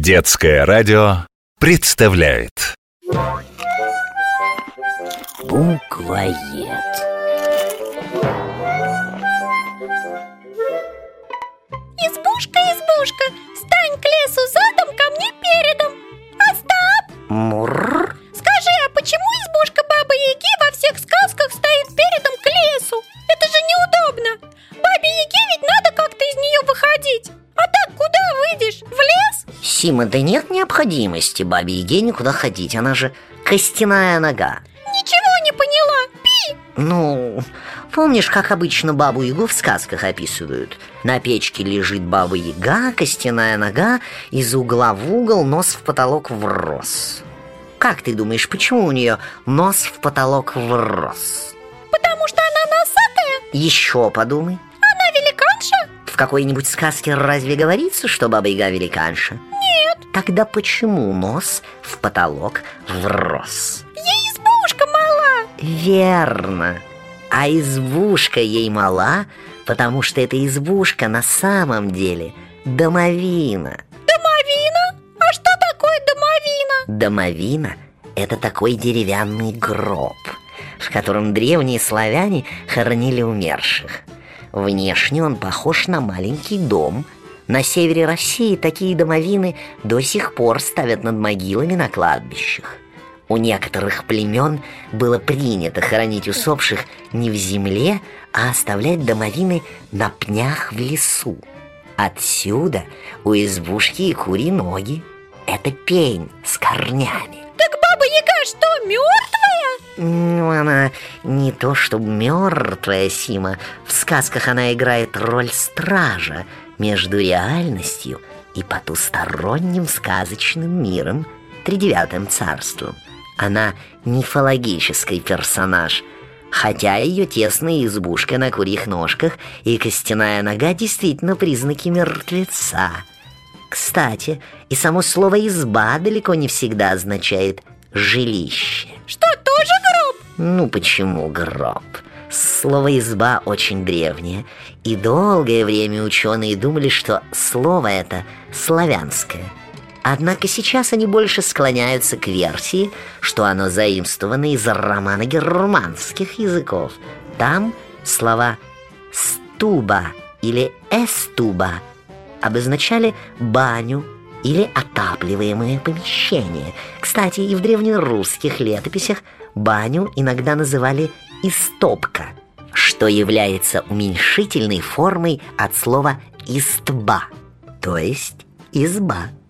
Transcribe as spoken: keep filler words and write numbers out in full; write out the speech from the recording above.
Детское радио представляет Буквоед. Избушка, избушка, стань к лесу задом, ко мне передом. Остап! Мурр. Скажи, а почему избушка Бабы-Яги во всех сказках стоит передом к лесу? Это же неудобно. Бабе-Яге ведь надо как-то из нее выходить. А так куда выйдешь? В лес? Сима, да нет необходимости Бабе-Яге никуда ходить. Она же костяная нога. Ничего не поняла. Пи! Ну, помнишь, как обычно Бабу-Ягу в сказках описывают? На печке лежит Баба-Яга, костяная нога, из угла в угол, нос в потолок врос. Как ты думаешь, почему у нее нос в потолок врос? Потому что она носатая? Еще подумай. Она великанша? В какой-нибудь сказке разве говорится, что Баба-Яга великанша? Нет. Тогда почему нос в потолок врос? Ей избушка мала. Верно. А избушка ей мала, потому что эта избушка на самом деле домовина. Домовина? А что такое домовина? Домовина – это такой деревянный гроб, в котором древние славяне хоронили умерших. Внешне он похож на маленький дом. На севере России такие домовины до сих пор ставят над могилами на кладбищах. У некоторых племен было принято хоронить усопших не в земле, а оставлять домовины на пнях в лесу. Отсюда у избушки и курьи ноги. Это пень с корнями. Так Баба-Яга что, мертвая? Ну, она не то чтобы мертвая, Сима. В сказках она играет роль стража между реальностью и потусторонним сказочным миром, тридевятым царством. Она мифологический персонаж, хотя ее тесная избушка на курьих ножках и костяная нога действительно признаки мертвеца. Кстати, и само слово «изба» далеко не всегда означает «жилище». Что, тоже гроб? Ну, почему гроб? Слово «изба» очень древнее, и долгое время ученые думали, что слово это славянское. Однако сейчас они больше склоняются к версии, что оно заимствовано из романо-германских языков. Там слова «стуба» или «эстуба» обозначали баню или отапливаемое помещение. Кстати, и в древнерусских летописях баню иногда называли «истопка», что является уменьшительной формой от слова «истба», то есть «изба».